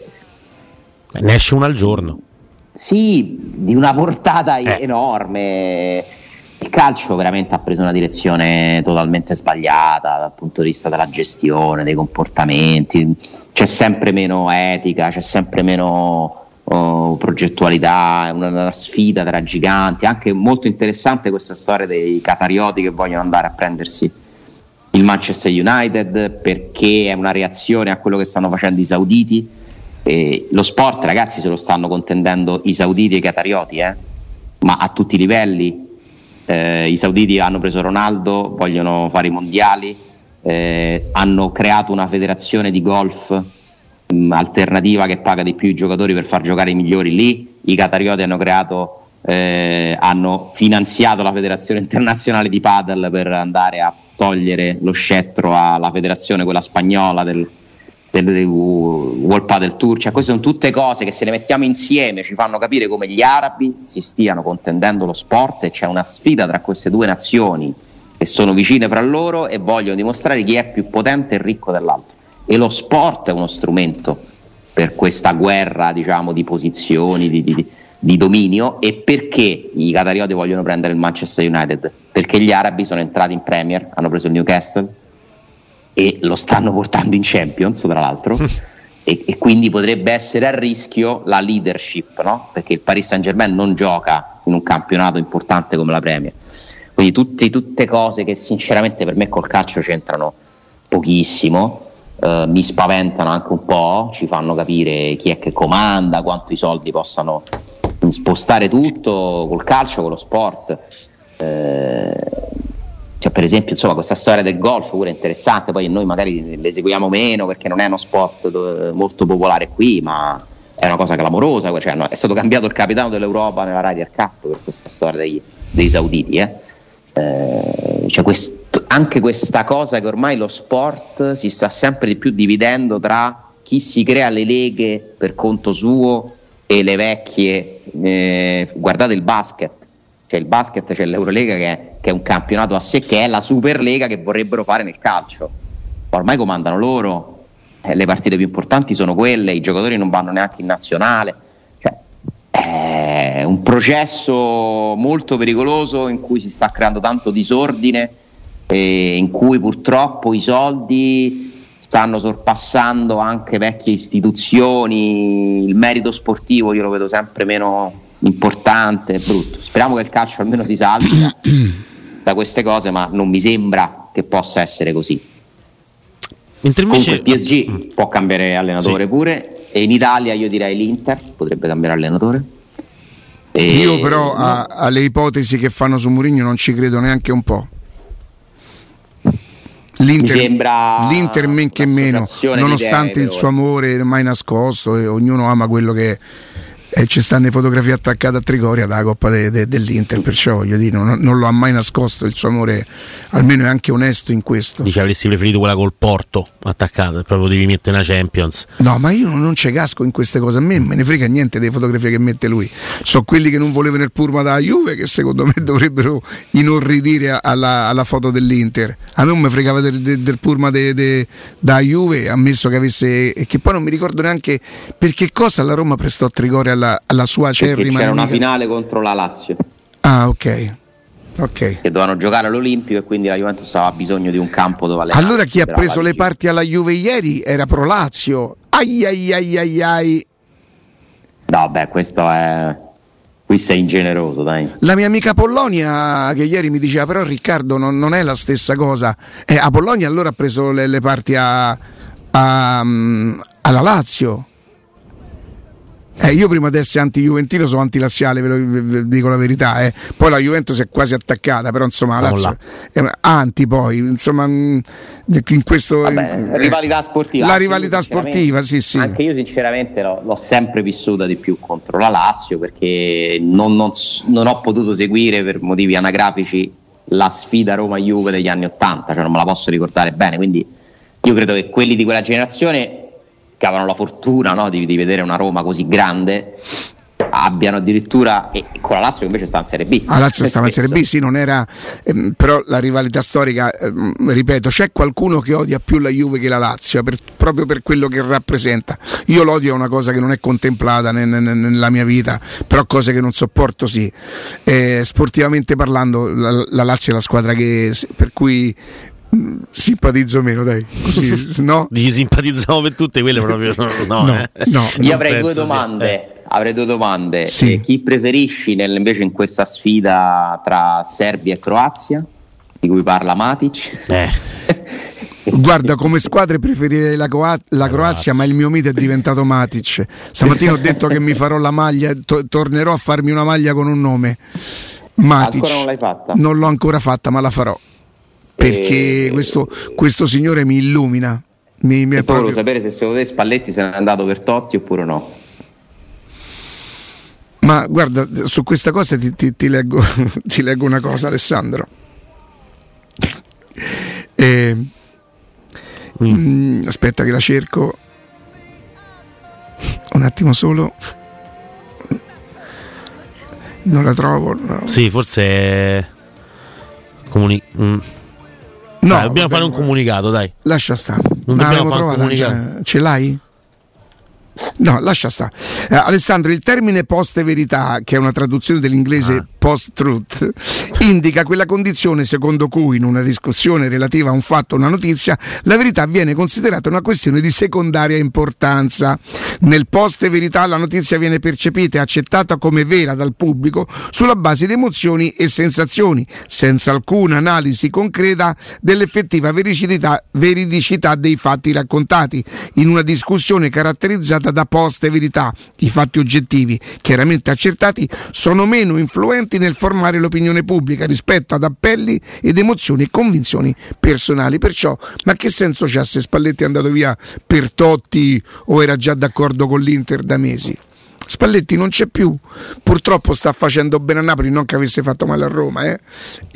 Ne esce una al giorno. Sì, di una portata eh. enorme. Il calcio veramente ha preso una direzione totalmente sbagliata dal punto di vista della gestione, dei comportamenti. C'è sempre meno etica, c'è sempre meno oh, progettualità, è una, una sfida tra giganti. Anche molto interessante questa storia dei qatarioti che vogliono andare a prendersi il Manchester United, perché è una reazione a quello che stanno facendo i sauditi. E lo sport, ragazzi, se lo stanno contendendo i sauditi e i qatarioti, eh? Ma a tutti i livelli. Eh, I sauditi hanno preso Ronaldo, vogliono fare i mondiali, eh, hanno creato una federazione di golf mh, alternativa che paga di più i giocatori per far giocare i migliori lì. I qatarioti hanno creato, eh, hanno finanziato la federazione internazionale di padel per andare a togliere lo scettro alla federazione, quella spagnola del, del, del World Padel Tour. Cioè, queste sono tutte cose che, se le mettiamo insieme, ci fanno capire come gli arabi si stiano contendendo lo sport, e c'è una sfida tra queste due nazioni che sono vicine fra loro e vogliono dimostrare chi è più potente e ricco dell'altro. E lo sport è uno strumento per questa guerra, diciamo, di posizioni, di, di, di dominio. E perché i qatarioti vogliono prendere il Manchester United? Perché gli arabi sono entrati in Premier, hanno preso il Newcastle e lo stanno portando in Champions, tra l'altro, e, e quindi potrebbe essere a rischio la leadership, no? Perché il Paris Saint-Germain non gioca in un campionato importante come la Premier. Quindi tutti, tutte cose che sinceramente per me col calcio c'entrano pochissimo, eh, mi spaventano anche un po', ci fanno capire chi è che comanda, quanto i soldi possano spostare tutto col calcio, con lo sport. Eh, Cioè, per esempio, insomma, questa storia del golf pure è interessante, poi noi magari le seguiamo meno perché non è uno sport do- molto popolare qui, ma è una cosa clamorosa. Cioè, no, è stato cambiato il capitano dell'Europa nella Ryder Cup per questa storia dei, dei sauditi. Eh. Eh, cioè quest- anche questa cosa che ormai lo sport si sta sempre di più dividendo tra chi si crea le leghe per conto suo e le vecchie. Eh, guardate il basket. C'è il basket, c'è l'Eurolega che è, che è un campionato a sé, che è la Superlega che vorrebbero fare nel calcio. Ormai comandano loro, eh, le partite più importanti sono quelle, i giocatori non vanno neanche in nazionale. Cioè, è un processo molto pericoloso in cui si sta creando tanto disordine e in cui purtroppo i soldi stanno sorpassando anche vecchie istituzioni. Il merito sportivo io lo vedo sempre meno importante, è brutto. Speriamo che il calcio almeno si salvi da, da queste cose, ma non mi sembra che possa essere così. Mentre invece Comunque il P S G mm. può cambiare allenatore, sì, pure, e in Italia io direi l'Inter potrebbe cambiare allenatore. E io però no. a, alle ipotesi che fanno su Mourinho non ci credo neanche un po'. L'Inter, mi sembra l'Inter men che meno, nonostante il suo amore mai nascosto, e ognuno ama quello che e ci stanno le fotografie attaccate a Trigoria dalla Coppa de, de, dell'Inter, perciò voglio dire, non, non lo ha mai nascosto il suo amore, almeno è anche onesto in questo. Dice avresti preferito quella col Porto attaccata, proprio devi mettere una Champions. No, ma io non, non ci casco in queste cose, a me me ne frega niente delle fotografie che mette lui. So quelli che non volevano il Purma dalla Juve, che secondo me dovrebbero inorridire alla, alla foto dell'Inter. A me non mi fregava del, del, del Purma de, de, da Juve, ammesso che avesse, e che poi non mi ricordo neanche per che cosa la Roma prestò Trigoria alla alla sua acerrima. C'era nemica. Una finale contro la Lazio. Ah, ok. Ok. Che dovevano giocare all'Olimpico e quindi la Juventus aveva bisogno di un campo dove allenarsi. Allora chi ha preso le parti alla Juve ieri era Pro Lazio. Ai ai ai ai ai. No, beh, questo è qui sei ingeneroso, dai. La mia amica Apollonia che ieri mi diceva però Riccardo non, non è la stessa cosa. Eh, Apollonia allora ha preso le, le parti a, a, um, alla Lazio. Eh, io prima di essere anti-juventino sono anti-laziale, ve lo ve, ve dico la verità. Eh. Poi la Juventus è quasi attaccata, però insomma la Lazio è anti, poi insomma in questo Vabbè, eh, rivalità sportiva. La rivalità sportiva, sì, sì. Anche io sinceramente l'ho, l'ho sempre vissuta di più contro la Lazio, perché non, non, non ho potuto seguire per motivi anagrafici la sfida Roma-Juve degli anni ottanta, cioè non me la posso ricordare bene, quindi io credo che quelli di quella generazione che avevano la fortuna, no, di, di vedere una Roma così grande abbiano addirittura, e con la Lazio che invece sta in Serie B. La Lazio stava in Serie B, sì, non era ehm, però la rivalità storica, ehm, ripeto, c'è qualcuno che odia più la Juve che la Lazio, per, proprio per quello che rappresenta. Io l'odio è una cosa che non è contemplata nel, nel, nella mia vita, però cose che non sopporto sì. Eh, sportivamente parlando la, la Lazio è la squadra che, per cui mh, simpatizzo meno, dai, così, no? Dici simpatizziamo per tutte quelle proprio no, no, no, eh. no, Io no, avrei due domande. Sì. Eh. Avrei due domande. Sì. Eh, chi preferisci nel, invece in questa sfida tra Serbia e Croazia, di cui parla Matic? Eh. Guarda, come squadre preferirei la, Coa- la Croazia, ma il mio mito è diventato Matic. Stamattina ho detto che mi farò la maglia, to- tornerò a farmi una maglia con un nome. Matic. Ancora non l'hai fatta? Non l'ho ancora fatta, ma la farò. Perché E... questo, questo signore mi illumina. Mi, mi e è poi proprio... volevo sapere se secondo te Spalletti se n'è andato per Totti oppure no. Ma guarda, su questa cosa ti, ti, ti, leggo, ti leggo una cosa, Alessandro. Eh, mm. Mh, aspetta che la cerco. Un attimo solo. Non la trovo. No. Sì, forse comuni- mm. No, dai, dobbiamo vabbè, fare un comunicato, dai. Lascia stare. Non Ma dobbiamo l'avevo fare un trovata, comunicato. ce, ce l'hai? No, lascia stare. Eh, Alessandro, il termine post-verità, che è una traduzione dell'inglese Ah. post-truth, indica quella condizione secondo cui in una discussione relativa a un fatto o una notizia la verità viene considerata una questione di secondaria importanza. Nel post-verità la notizia viene percepita e accettata come vera dal pubblico sulla base di emozioni e sensazioni, senza alcuna analisi concreta dell'effettiva veridicità, veridicità dei fatti raccontati. In una discussione caratterizzata da post verità, i fatti oggettivi chiaramente accertati sono meno influenti nel formare l'opinione pubblica rispetto ad appelli ed emozioni e convinzioni personali. Perciò, ma che senso c'ha se Spalletti è andato via per Totti o era già d'accordo con l'Inter da mesi? Spalletti non c'è più, purtroppo sta facendo bene a Napoli, non che avesse fatto male a Roma, eh?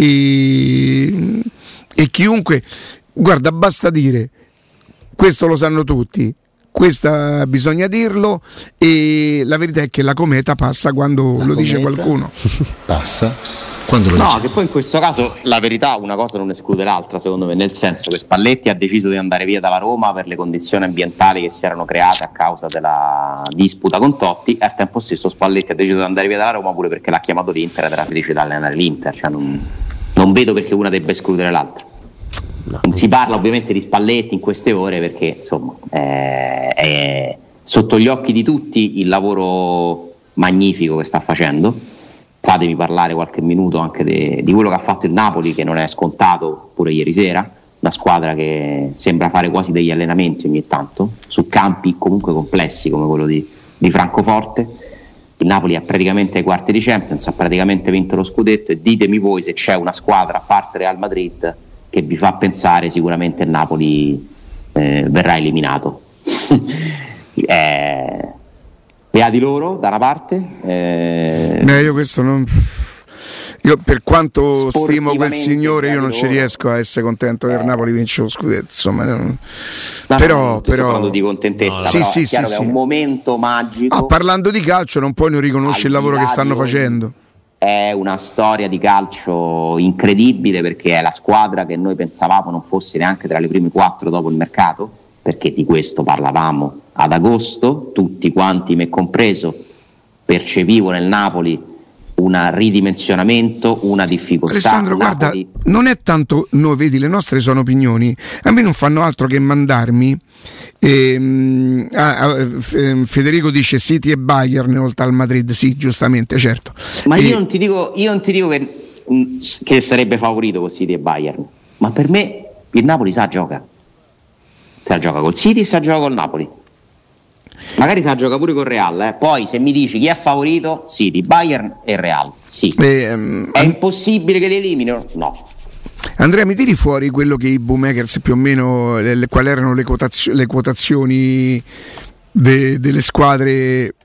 e, e chiunque, guarda, basta dire, questo lo sanno tutti, questa bisogna dirlo, e la verità è che la cometa passa quando La lo dice cometa qualcuno. Passa quando lo No, dice. che poi in questo caso la verità una cosa non esclude l'altra, secondo me, nel senso che Spalletti ha deciso di andare via dalla Roma per le condizioni ambientali che si erano create a causa della disputa con Totti, e al tempo stesso Spalletti ha deciso di andare via dalla Roma pure perché l'ha chiamato l'Inter ed era felice di allenare l'Inter, cioè non, non vedo perché una debba escludere l'altra. No. Si parla ovviamente di Spalletti in queste ore perché insomma è, è sotto gli occhi di tutti il lavoro magnifico che sta facendo. Fatemi parlare qualche minuto anche de, di quello che ha fatto il Napoli, che non è scontato pure ieri sera, una squadra che sembra fare quasi degli allenamenti ogni tanto su campi comunque complessi come quello di, di Francoforte. Il Napoli è praticamente ai quarti di Champions, ha praticamente vinto lo scudetto, e ditemi voi se c'è una squadra a parte Real Madrid che vi fa pensare sicuramente il Napoli eh, verrà eliminato. eh, beati loro da una parte. Eh, Beh, io questo non... Io per quanto stimo quel Sportivamente signore, io non ci loro. riesco a essere contento che il Eh. Napoli vince lo scudetto, insomma, non- no, però, non sto però... parlando di contentezza, No, però sì, è sì, chiaro sì, che è sì. un momento magico. Ah, parlando di calcio non puoi non riconoscere il Al lavoro di che là stanno di ogni- facendo. È una storia di calcio incredibile, perché è la squadra che noi pensavamo non fosse neanche tra le prime quattro dopo il mercato, perché di questo parlavamo ad agosto, tutti quanti, me compreso, percepivo nel Napoli un ridimensionamento, una difficoltà. Alessandro, guarda, Napoli... non è tanto, noi vedi, le nostre sono opinioni, a me non fanno altro che mandarmi. ehm, ah, ah, f- Federico dice City e Bayern oltre al Madrid, sì, giustamente, certo. Ma E- io non ti dico, io non ti dico che, mh, che sarebbe favorito con City e Bayern, ma per me il Napoli sa gioca. Sa gioca col City e sa gioca col Napoli. Magari sa gioca pure col Real, eh. Poi se mi dici chi è favorito, City, Bayern e Real, sì. ehm, È impossibile che li eliminino? No. Andrea, mi tiri fuori quello che i bookmakers più o meno, le, le- quali erano le, quotazio- le quotazioni de- delle squadre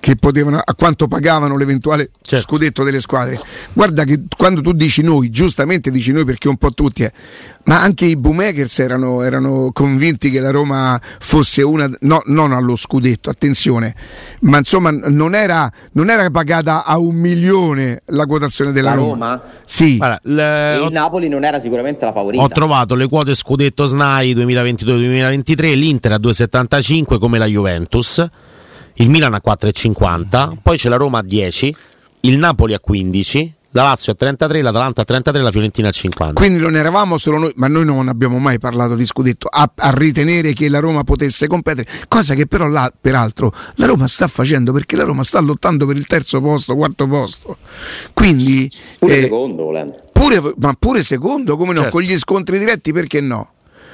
che potevano, a quanto pagavano l'eventuale certo. scudetto delle squadre. Guarda che quando tu dici noi, giustamente dici noi perché un po' tutti, eh, ma anche i bookmakers erano, erano convinti che la Roma fosse una, no, non allo scudetto, attenzione, ma insomma non era, non era pagata a un milione la quotazione della la Roma. Roma? Sì. Guarda, le, il ho, Napoli non era sicuramente la favorita. Ho trovato le quote scudetto S N A I duemilaventidue duemilaventitré, l'Inter a due virgola settantacinque come la Juventus, il Milan a quattro virgola cinquanta, poi c'è la Roma a dieci, il Napoli a quindici, la Lazio a trentatré, l'Atalanta a trentatré, la Fiorentina a cinquanta. Quindi non eravamo solo noi, ma noi non abbiamo mai parlato di scudetto, a, a ritenere che la Roma potesse competere, cosa che però là, peraltro la Roma sta facendo, perché la Roma sta lottando per il terzo posto, quarto posto. Quindi pure eh, secondo, volendo. Pure, ma pure secondo, come no, certo. con gli scontri diretti, perché no?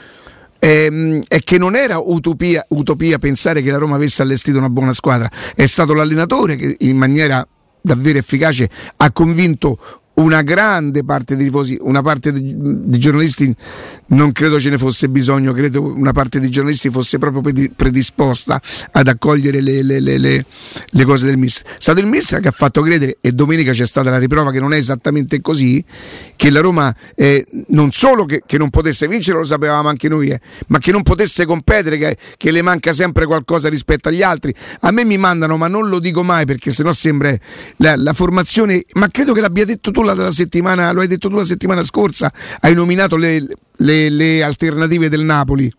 Ehm, è che non era utopia, utopia pensare che la Roma avesse allestito una buona squadra, è stato l'allenatore che in maniera davvero efficace ha convinto una grande parte dei tifosi, una parte di, di giornalisti, non credo ce ne fosse bisogno, credo una parte dei giornalisti fosse proprio predisposta ad accogliere le, le, le, le, le cose del mister. È stato il mister che ha fatto credere, e domenica c'è stata la riprova che non è esattamente così, che la Roma eh, non solo che, che non potesse vincere, lo sapevamo anche noi, eh, ma che non potesse competere, che, che le manca sempre qualcosa rispetto agli altri. A me mi mandano, ma non lo dico mai perché sennò sembra la, la formazione, ma credo che l'abbia detto tu la la settimana, lo hai detto tu la settimana scorsa, hai nominato le, le, le alternative del Napoli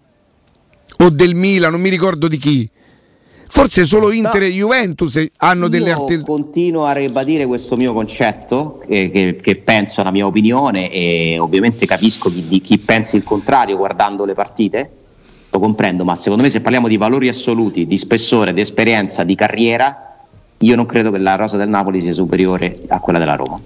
o del Milan, non mi ricordo di chi, forse solo Inter no. e Juventus hanno Io delle alternative. Io continuo a ribadire questo mio concetto che, che, che penso, la mia opinione, e ovviamente capisco chi, di chi pensi il contrario guardando le partite, lo comprendo, ma secondo me se parliamo di valori assoluti, di spessore, di esperienza, di carriera, io non credo che la rosa del Napoli sia superiore a quella della Roma.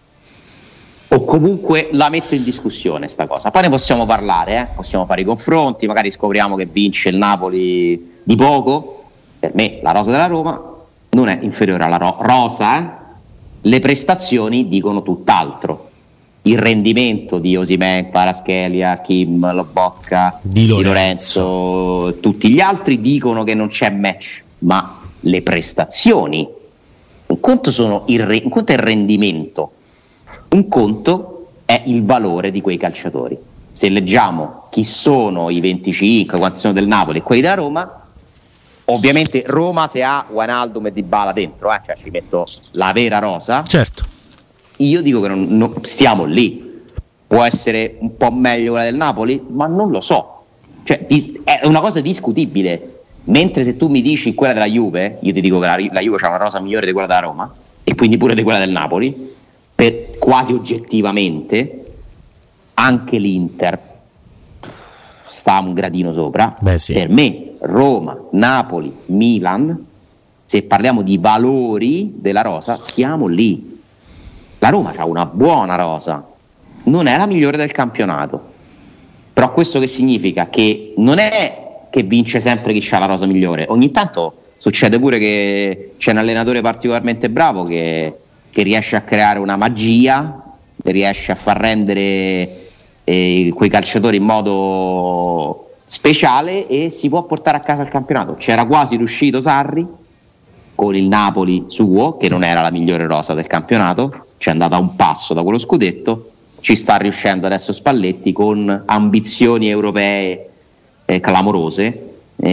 O comunque la metto in discussione sta cosa. Poi ne possiamo parlare, eh? Possiamo fare i confronti, magari scopriamo che vince il Napoli di poco. Per me la rosa della Roma non è inferiore alla ro- rosa, eh? Le prestazioni dicono tutt'altro. Il rendimento di Osimhen, Kvaratskhelia, Kim, Lobotka, di Lorenzo. di Lorenzo, tutti gli altri dicono che non c'è match, ma le prestazioni, un conto sono il re- un conto è il rendimento, un conto è il valore di quei calciatori. Se leggiamo chi sono i venticinque, quanti sono del Napoli e quelli della Roma, ovviamente Roma se ha Wijnaldum e Dybala dentro, eh, cioè ci metto la vera rosa, certo. Io dico che non, non stiamo lì. Può essere un po' meglio quella del Napoli, ma non lo so, cioè dis- è una cosa discutibile. Mentre se tu mi dici quella della Juve, io ti dico che la, la Juve ha una rosa migliore di quella della Roma e quindi pure di quella del Napoli, per, quasi oggettivamente. Anche l'Inter sta un gradino sopra. Beh, sì. Per me Roma, Napoli, Milan, se parliamo di valori della rosa, siamo lì. La Roma ha una buona rosa, non è la migliore del campionato, però questo che significa? Che non è che vince sempre chi ha la rosa migliore, ogni tanto succede pure che c'è un allenatore particolarmente bravo che, che riesce a creare una magia, riesce a far rendere eh, quei calciatori in modo speciale e si può portare a casa il campionato. C'era quasi riuscito Sarri con il Napoli suo, che non era la migliore rosa del campionato, c'è andata a un passo da quello scudetto, ci sta riuscendo adesso Spalletti con ambizioni europee eh, clamorose,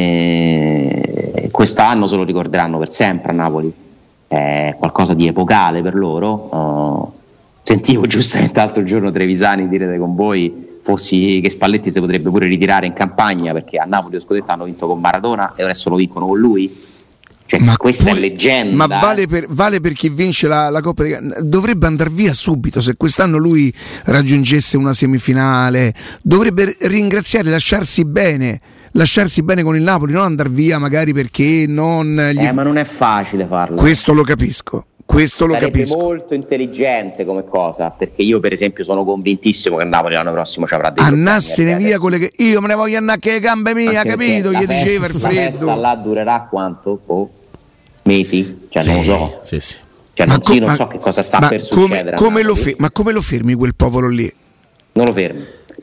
eh, quest'anno se lo ricorderanno per sempre a Napoli, è qualcosa di epocale per loro. Uh, sentivo giustamente l'altro giorno Trevisani dire con voi fossi che Spalletti si potrebbe pure ritirare in campagna, perché a Napoli lo scudetto hanno vinto con Maradona e adesso lo vincono con lui. Cioè, ma questa pure, è leggenda. Ma vale per, vale per chi vince la, la Coppa di... Dovrebbe andare via subito. Se quest'anno lui raggiungesse una semifinale, dovrebbe ringraziare, lasciarsi bene, lasciarsi bene con il Napoli, non andare via magari perché non gli... Eh, ma non è facile farlo. Questo lo capisco. Questo lo Sarebbe capisco. molto intelligente come cosa, perché io per esempio sono convintissimo che il Napoli l'anno prossimo ci avrà dei annarsene via con le che io me ne voglio andare che le gambe mie, capito? Gli diceva il freddo. La là durerà quanto? Oh, mesi? Cioè sì, non lo so. Sì, sì. Cioè, ma non, com- non so ma, che cosa sta ma per come, succedere. Come lo, fe- ma come lo fermi quel popolo lì? Non lo fermi.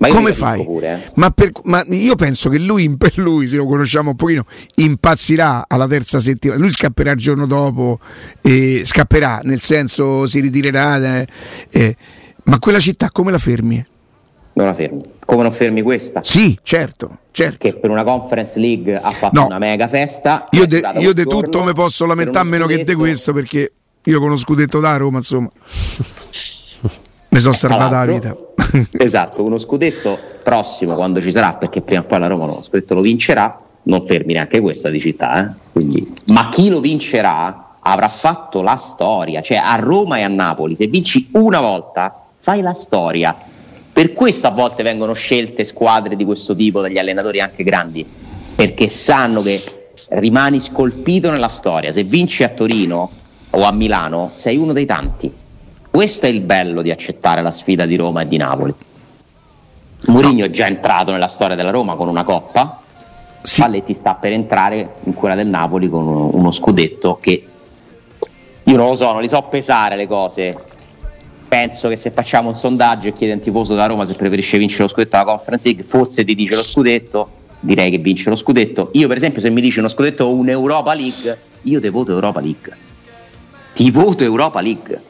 Ma io come ti capisco fai? Pure, eh. Ma, per, ma io penso che lui, per lui, se lo conosciamo un pochino, impazzirà alla terza settimana. Lui scapperà il giorno dopo, eh, scapperà, nel senso si ritirerà. Eh, eh, ma quella città come la fermi? Non la fermi. Come non fermi questa? Sì, certo, certo. Che per una Conference League ha fatto No. una mega festa. Io è de, durata io un de giorno, tutto mi posso per lamentare uno meno che di scudetto. questo, perché io con lo scudetto da Roma, insomma, mi sono Eh, tra salvata la l'altro, vita. Esatto, uno scudetto prossimo quando ci sarà, perché prima o poi la Roma lo scudetto lo vincerà, non fermi neanche questa di città, eh? Quindi, ma chi lo vincerà avrà fatto la storia, cioè a Roma e a Napoli, se vinci una volta fai la storia. Per questo a volte vengono scelte squadre di questo tipo dagli allenatori anche grandi, perché sanno che rimani scolpito nella storia. Se vinci a Torino o a Milano sei uno dei tanti. Questo è il bello di accettare la sfida di Roma e di Napoli. Mourinho è già entrato nella storia della Roma con una coppa, Sì. Spalletti sta per entrare in quella del Napoli con uno, uno scudetto che io non lo so, non li so pesare le cose. Penso che se facciamo un sondaggio e chiede un tifoso da Roma se preferisce vincere lo scudetto alla Conference League, forse ti dice lo scudetto, direi che vince lo scudetto. Io per esempio se mi dici uno scudetto o un'Europa League, io ti voto Europa League. Ti voto Europa League.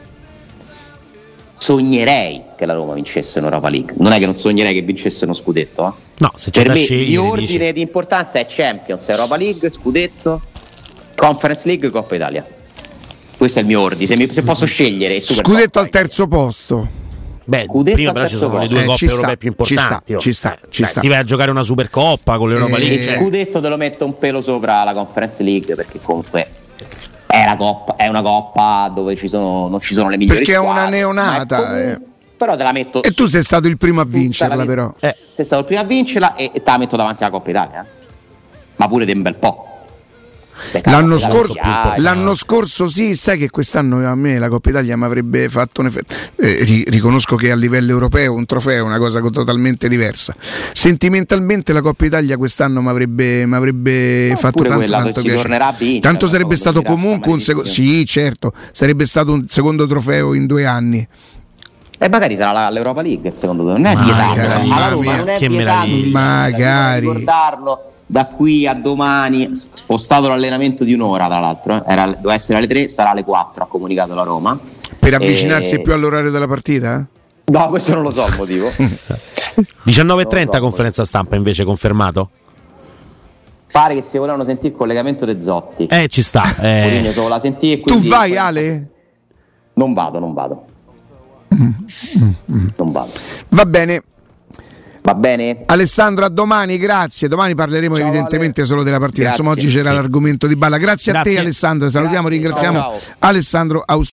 Sognerei che la Roma vincesse un'Europa League. Non è che non sognerei che vincesse uno scudetto, eh? No, se c'è Per da me il scegliere, mio ordine dici. di importanza è Champions, Europa League, scudetto, Conference League, Coppa Italia. Questo è il mio ordine. Se, mi, se posso scegliere Super Scudetto Coppa, al terzo posto. Beh, Scudetto prima al però ci terzo sono le posto. due Eh, coppe ci sta, europee più ci sta, importanti. oh. ci sta, Eh, ci dai, sta. ti vai a giocare una Supercoppa con l'Europa Eh, League. il cioè. scudetto te lo metto un pelo sopra la Conference League, perché comunque è, la coppa, è una coppa dove ci sono, non ci sono le migliori Perché è una squadre, neonata, ma è comunque- eh. Però te la metto E tu sei stato il primo a tutta la vincerla, vita. però. Eh, sei stato il primo a vincerla e, e te la metto davanti alla Coppa Italia, eh. Ma pure di un bel po'. Perché L'anno la Coppa scorso, Italia piace. l'anno scorso sì, sai che quest'anno a me la Coppa Italia mi avrebbe fatto un effetto. Eh, ri- riconosco che a livello europeo un trofeo è una cosa co- totalmente diversa. Sentimentalmente la Coppa Italia quest'anno mi avrebbe, mi avrebbe No, fatto pure tanto, quella, tanto si piacere. tornerà a vincere, Tanto no? sarebbe stato Quando comunque un finirà secondo. Sì, certo, sarebbe stato un secondo trofeo in due anni. E magari sarà la, l'Europa League il secondo, non è Magari, vietato. eh. Alla Roma mia, non è che vietato meraviglia. di- Magari. di ricordarlo da qui a domani. Spostato l'allenamento di un'ora, tra l'altro. eh. Era, doveva essere alle tre, sarà alle quattro, ha comunicato la Roma. Per avvicinarsi E- più all'orario della partita? No, questo non lo so il motivo. diciannove e trenta No, no, conferenza stampa invece confermato? Pare che si volevano sentire il collegamento dei Zotti. Eh, ci sta. Mourinho Eh. se voleva sentire, Tu quindi- vai, Ale? Non vado, non vado. Non vado. Va bene. Va bene? Alessandro, a domani, grazie. Domani parleremo Ciao, evidentemente Ale. solo della partita. Grazie. Insomma, oggi c'era Sì. l'argomento di Balla. Grazie, a Grazie. te, Alessandro. Salutiamo, Grazie, ringraziamo ciao, ciao. Alessandro Austini.